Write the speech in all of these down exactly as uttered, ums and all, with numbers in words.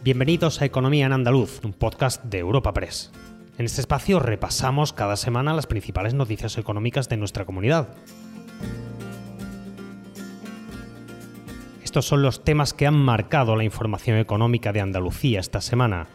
Bienvenidos a Economía en Andaluz, un podcast de Europa Press. En este espacio repasamos cada semana las principales noticias económicas de nuestra comunidad. Estos son los temas que han marcado la información económica de Andalucía esta semana.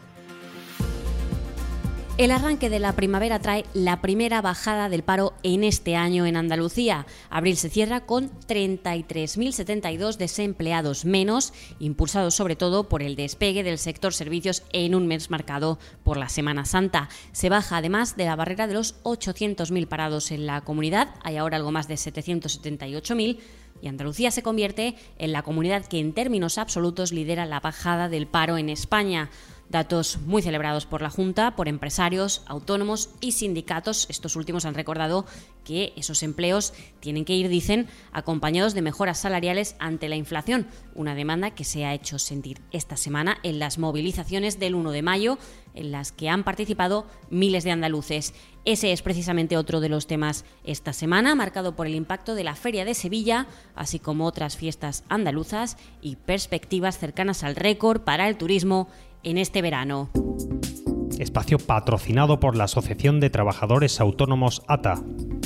El arranque de la primavera trae la primera bajada del paro en este año en Andalucía. Abril se cierra con treinta y tres mil setenta y dos desempleados menos, impulsados sobre todo por el despegue del sector servicios en un mes marcado por la Semana Santa. Se baja además de la barrera de los ochocientos mil parados en la comunidad, hay ahora algo más de setecientos setenta y ocho mil, y Andalucía se convierte en la comunidad que en términos absolutos lidera la bajada del paro en España. Datos muy celebrados por la Junta, por empresarios, autónomos y sindicatos. Estos últimos han recordado que esos empleos tienen que ir, dicen, acompañados de mejoras salariales ante la inflación, una demanda que se ha hecho sentir esta semana en las movilizaciones del uno de mayo, en las que han participado miles de andaluces. Ese es precisamente otro de los temas esta semana, marcado por el impacto de la Feria de Sevilla, así como otras fiestas andaluzas y perspectivas cercanas al récord para el turismo en este verano. Espacio patrocinado por la Asociación de Trabajadores Autónomos A T A.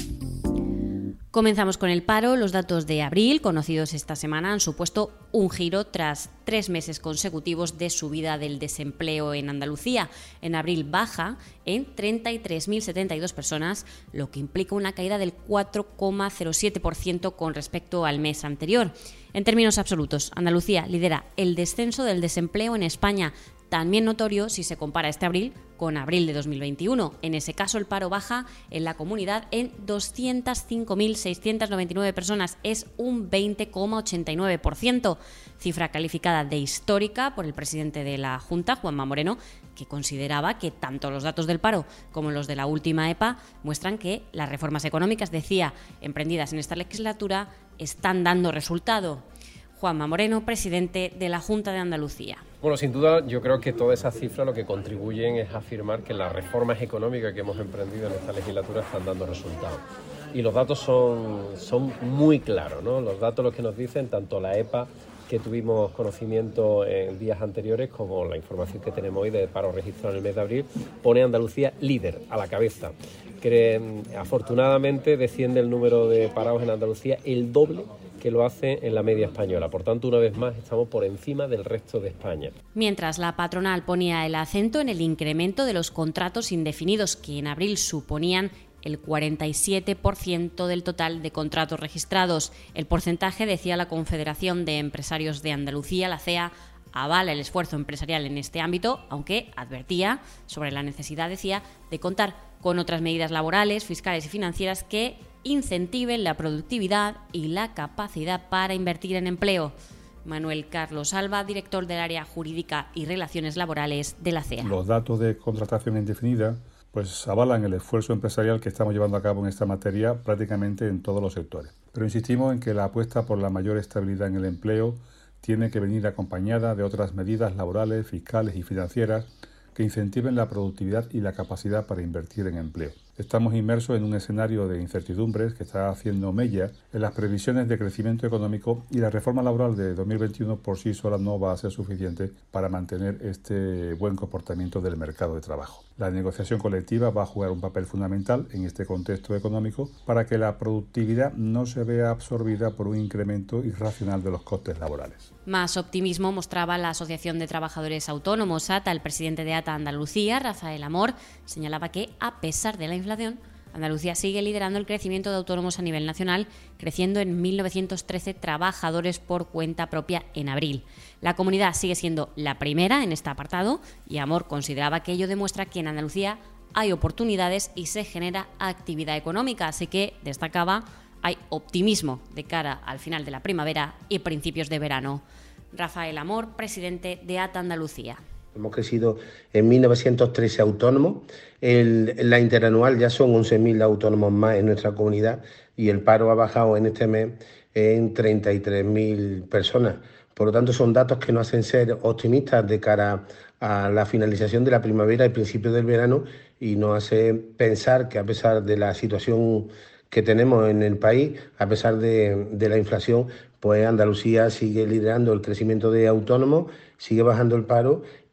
Comenzamos con el paro. Los datos de abril, conocidos esta semana, han supuesto un giro tras tres meses consecutivos de subida del desempleo en Andalucía. En abril baja en treinta y tres mil setenta y dos personas, lo que implica una caída del cuatro coma cero siete por ciento con respecto al mes anterior. En términos absolutos, Andalucía lidera el descenso del desempleo en España, también notorio si se compara este abril con abril de dos mil veintiuno. En ese caso, el paro baja en la comunidad en doscientas cinco mil seiscientas noventa y nueve personas, es un veinte coma ochenta y nueve por ciento, cifra calificada de histórica por el presidente de la Junta, Juanma Moreno, que consideraba que tanto los datos del paro como los de la última E P A muestran que las reformas económicas, decía, emprendidas en esta legislatura, están dando resultado. Juanma Moreno, presidente de la Junta de Andalucía. Bueno, sin duda, yo creo que todas esas cifras lo que contribuyen es afirmar que las reformas económicas que hemos emprendido en esta legislatura están dando resultados. Y los datos son, son muy claros, ¿no? Los datos los que nos dicen tanto la E P A, que tuvimos conocimiento en días anteriores, como la información que tenemos hoy de paro registrado en el mes de abril, pone a Andalucía líder, a la cabeza. Que, afortunadamente desciende el número de parados en Andalucía el doble que lo hace en la media española. Por tanto, una vez más, estamos por encima del resto de España. Mientras la patronal ponía el acento en el incremento de los contratos indefinidos, que en abril suponían el cuarenta y siete por ciento del total de contratos registrados. El porcentaje, decía la Confederación de Empresarios de Andalucía, la C E A, avala el esfuerzo empresarial en este ámbito, aunque advertía sobre la necesidad, decía, de contar con otras medidas laborales, fiscales y financieras que incentiven la productividad y la capacidad para invertir en empleo. Manuel Carlos Alba, director del área jurídica y relaciones laborales de la C E A. Los datos de contratación indefinida pues avalan el esfuerzo empresarial que estamos llevando a cabo en esta materia prácticamente en todos los sectores. Pero insistimos en que la apuesta por la mayor estabilidad en el empleo tiene que venir acompañada de otras medidas laborales, fiscales y financieras que incentiven la productividad y la capacidad para invertir en empleo. Estamos inmersos en un escenario de incertidumbres que está haciendo mella en las previsiones de crecimiento económico, y la reforma laboral de dos mil veintiuno por sí sola no va a ser suficiente para mantener este buen comportamiento del mercado de trabajo. La negociación colectiva va a jugar un papel fundamental en este contexto económico para que la productividad no se vea absorbida por un incremento irracional de los costes laborales. Más optimismo mostraba la Asociación de Trabajadores Autónomos A T A. El presidente de A T A Andalucía, Rafael Amor, señalaba que, a pesar de la inflación, Andalucía sigue liderando el crecimiento de autónomos a nivel nacional, creciendo en mil novecientos trece trabajadores por cuenta propia en abril. La comunidad sigue siendo la primera en este apartado, y Amor consideraba que ello demuestra que en Andalucía hay oportunidades y se genera actividad económica, así que, destacaba, hay optimismo de cara al final de la primavera y principios de verano. Rafael Amor, presidente de A T A Andalucía. Hemos crecido en mil novecientos trece autónomos, el, la interanual ya son once mil autónomos más en nuestra comunidad, y el paro ha bajado en este mes en treinta y tres mil personas. Por lo tanto, son datos que nos hacen ser optimistas de cara a la finalización de la primavera y principio del verano, y nos hace pensar que, a pesar de la situación que tenemos en el país, a pesar de, de la inflación, pues Andalucía sigue liderando el crecimiento de autónomos, sigue bajando el paro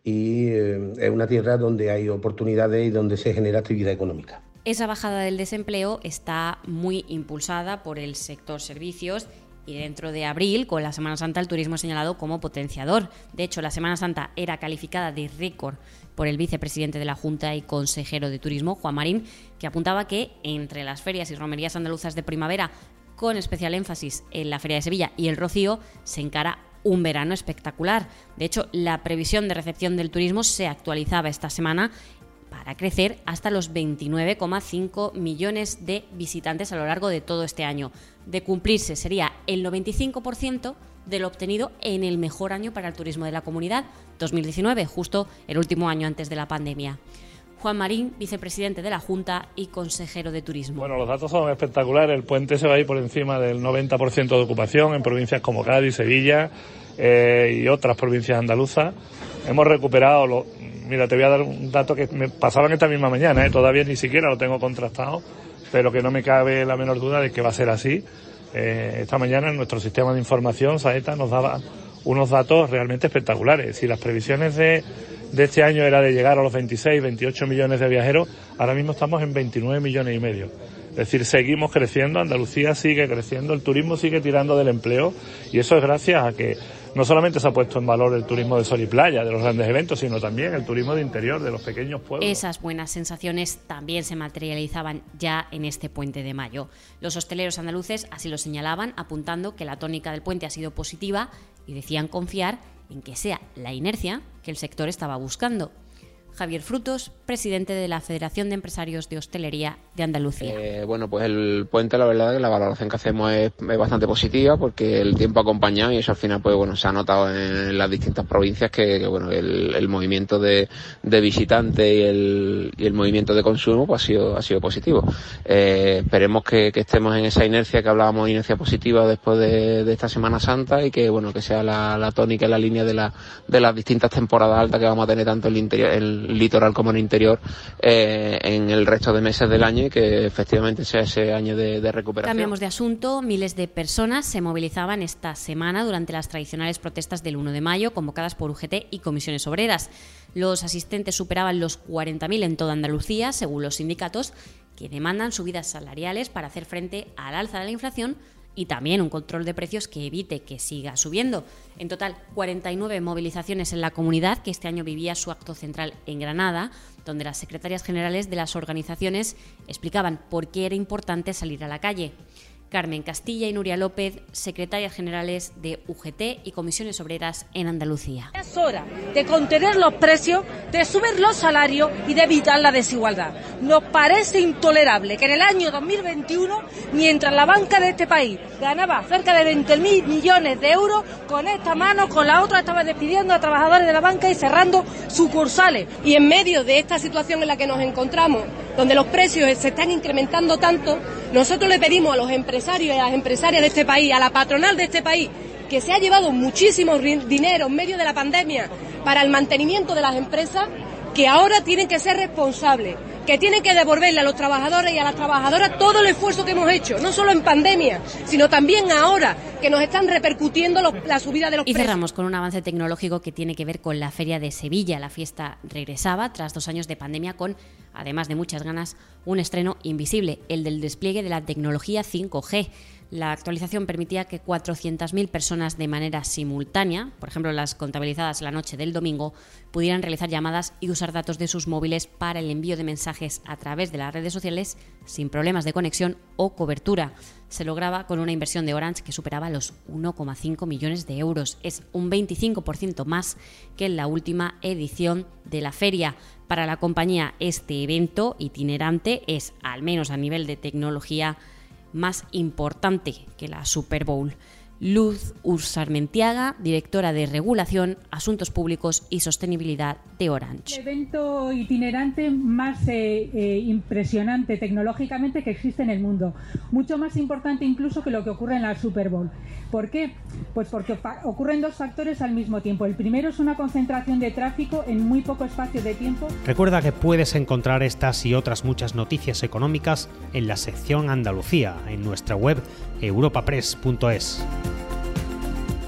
y eh, es una tierra donde hay oportunidades y donde se genera actividad económica. Esa bajada del desempleo está muy impulsada por el sector servicios y dentro de abril, con la Semana Santa, el turismo es señalado como potenciador. De hecho, la Semana Santa era calificada de récord por el vicepresidente de la Junta y consejero de Turismo, Juan Marín, que apuntaba que entre las ferias y romerías andaluzas de primavera, con especial énfasis en la Feria de Sevilla y el Rocío, se encara un verano espectacular. De hecho, la previsión de recepción del turismo se actualizaba esta semana para crecer hasta los veintinueve coma cinco millones de visitantes a lo largo de todo este año. De cumplirse, sería el noventa y cinco por ciento de lo obtenido en el mejor año para el turismo de la comunidad, dos mil diecinueve, justo el último año antes de la pandemia. Juan Marín, vicepresidente de la Junta y consejero de Turismo. Bueno, los datos son espectaculares. El puente se va a ir por encima del noventa por ciento de ocupación en provincias como Cádiz, Sevilla eh, y otras provincias andaluzas. Hemos recuperado, lo, mira, te voy a dar un dato que me pasaban esta misma mañana, ¿eh? Todavía ni siquiera lo tengo contrastado, pero que no me cabe la menor duda de que va a ser así. Eh, esta mañana en nuestro sistema de información, Saeta, nos daba unos datos realmente espectaculares. Si las previsiones de, de este año era de llegar a los veintiséis, veintiocho millones de viajeros, ahora mismo estamos en veintinueve millones y medio. Es decir, seguimos creciendo, Andalucía sigue creciendo, el turismo sigue tirando del empleo y eso es gracias a que no solamente se ha puesto en valor el turismo de sol y playa, de los grandes eventos, sino también el turismo de interior, de los pequeños pueblos. Esas buenas sensaciones también se materializaban ya en este puente de mayo. Los hosteleros andaluces así lo señalaban, apuntando que la tónica del puente ha sido positiva y decían confiar en que sea la inercia que el sector estaba buscando. Javier Frutos, presidente de la Federación de Empresarios de Hostelería de Andalucía. Eh, bueno, pues el puente, la verdad que la valoración que hacemos es, es bastante positiva porque el tiempo ha acompañado y eso al final pues bueno se ha notado en las distintas provincias que, que bueno el, el movimiento de, de visitantes y el, y el movimiento de consumo pues ha sido ha sido positivo. Eh, esperemos que, que estemos en esa inercia que hablábamos, inercia positiva después de, de esta Semana Santa y que bueno que sea la, la tónica y la línea de, la, de las distintas temporadas altas que vamos a tener tanto en el interior, el litoral como en el interior eh, en el resto de meses del año y que efectivamente sea ese año de, de recuperación. Cambiamos de asunto. Miles de personas se movilizaban esta semana durante las tradicionales protestas del uno de mayo convocadas por U G T y comisiones obreras. Los asistentes superaban los cuarenta mil en toda Andalucía, según los sindicatos, que demandan subidas salariales para hacer frente al alza de la inflación y también un control de precios que evite que siga subiendo. En total, cuarenta y nueve movilizaciones en la comunidad, que este año vivía su acto central en Granada, donde las secretarias generales de las organizaciones explicaban por qué era importante salir a la calle. Carmen Castilla y Nuria López, secretarias generales de U G T y comisiones obreras en Andalucía. Es hora de contener los precios, de subir los salarios y de evitar la desigualdad. Nos parece intolerable que en el año dos mil veintiuno, mientras la banca de este país ganaba cerca de veinte mil millones de euros, con esta mano, con la otra estaba despidiendo a trabajadores de la banca y cerrando sucursales. Y en medio de esta situación en la que nos encontramos, donde los precios se están incrementando tanto, nosotros le pedimos a los empresarios y a las empresarias de este país, a la patronal de este país, que se ha llevado muchísimo dinero en medio de la pandemia para el mantenimiento de las empresas, que ahora tienen que ser responsables, que tienen que devolverle a los trabajadores y a las trabajadoras todo el esfuerzo que hemos hecho, no solo en pandemia, sino también ahora, que nos están repercutiendo los, la subida de los y precios. Y cerramos con un avance tecnológico que tiene que ver con la Feria de Sevilla. La fiesta regresaba tras dos años de pandemia con, además de muchas ganas, un estreno invisible, el del despliegue de la tecnología cinco G. La actualización permitía que cuatrocientas mil personas de manera simultánea, por ejemplo las contabilizadas la noche del domingo, pudieran realizar llamadas y usar datos de sus móviles para el envío de mensajes a través de las redes sociales sin problemas de conexión o cobertura. Se lograba con una inversión de Orange que superaba los uno coma cinco millones de euros. Es un veinticinco por ciento más que en la última edición de la feria. Para la compañía, este evento itinerante es, al menos a nivel de tecnología, más importante que la Super Bowl. Luz Ursarmentiaga, directora de Regulación, Asuntos Públicos y Sostenibilidad de Orange. El evento itinerante más eh, eh, impresionante tecnológicamente que existe en el mundo. Mucho más importante incluso que lo que ocurre en la Super Bowl. ¿Por qué? Pues porque ocurren dos factores al mismo tiempo. El primero es una concentración de tráfico en muy poco espacio de tiempo. Recuerda que puedes encontrar estas y otras muchas noticias económicas en la sección Andalucía, en nuestra web europapress punto es.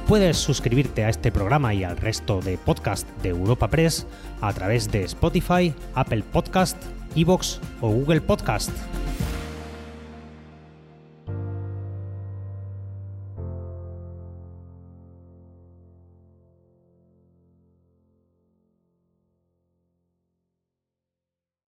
Puedes suscribirte a este programa y al resto de podcast de Europa Press a través de Spotify, Apple Podcast, iVoox o Google Podcast.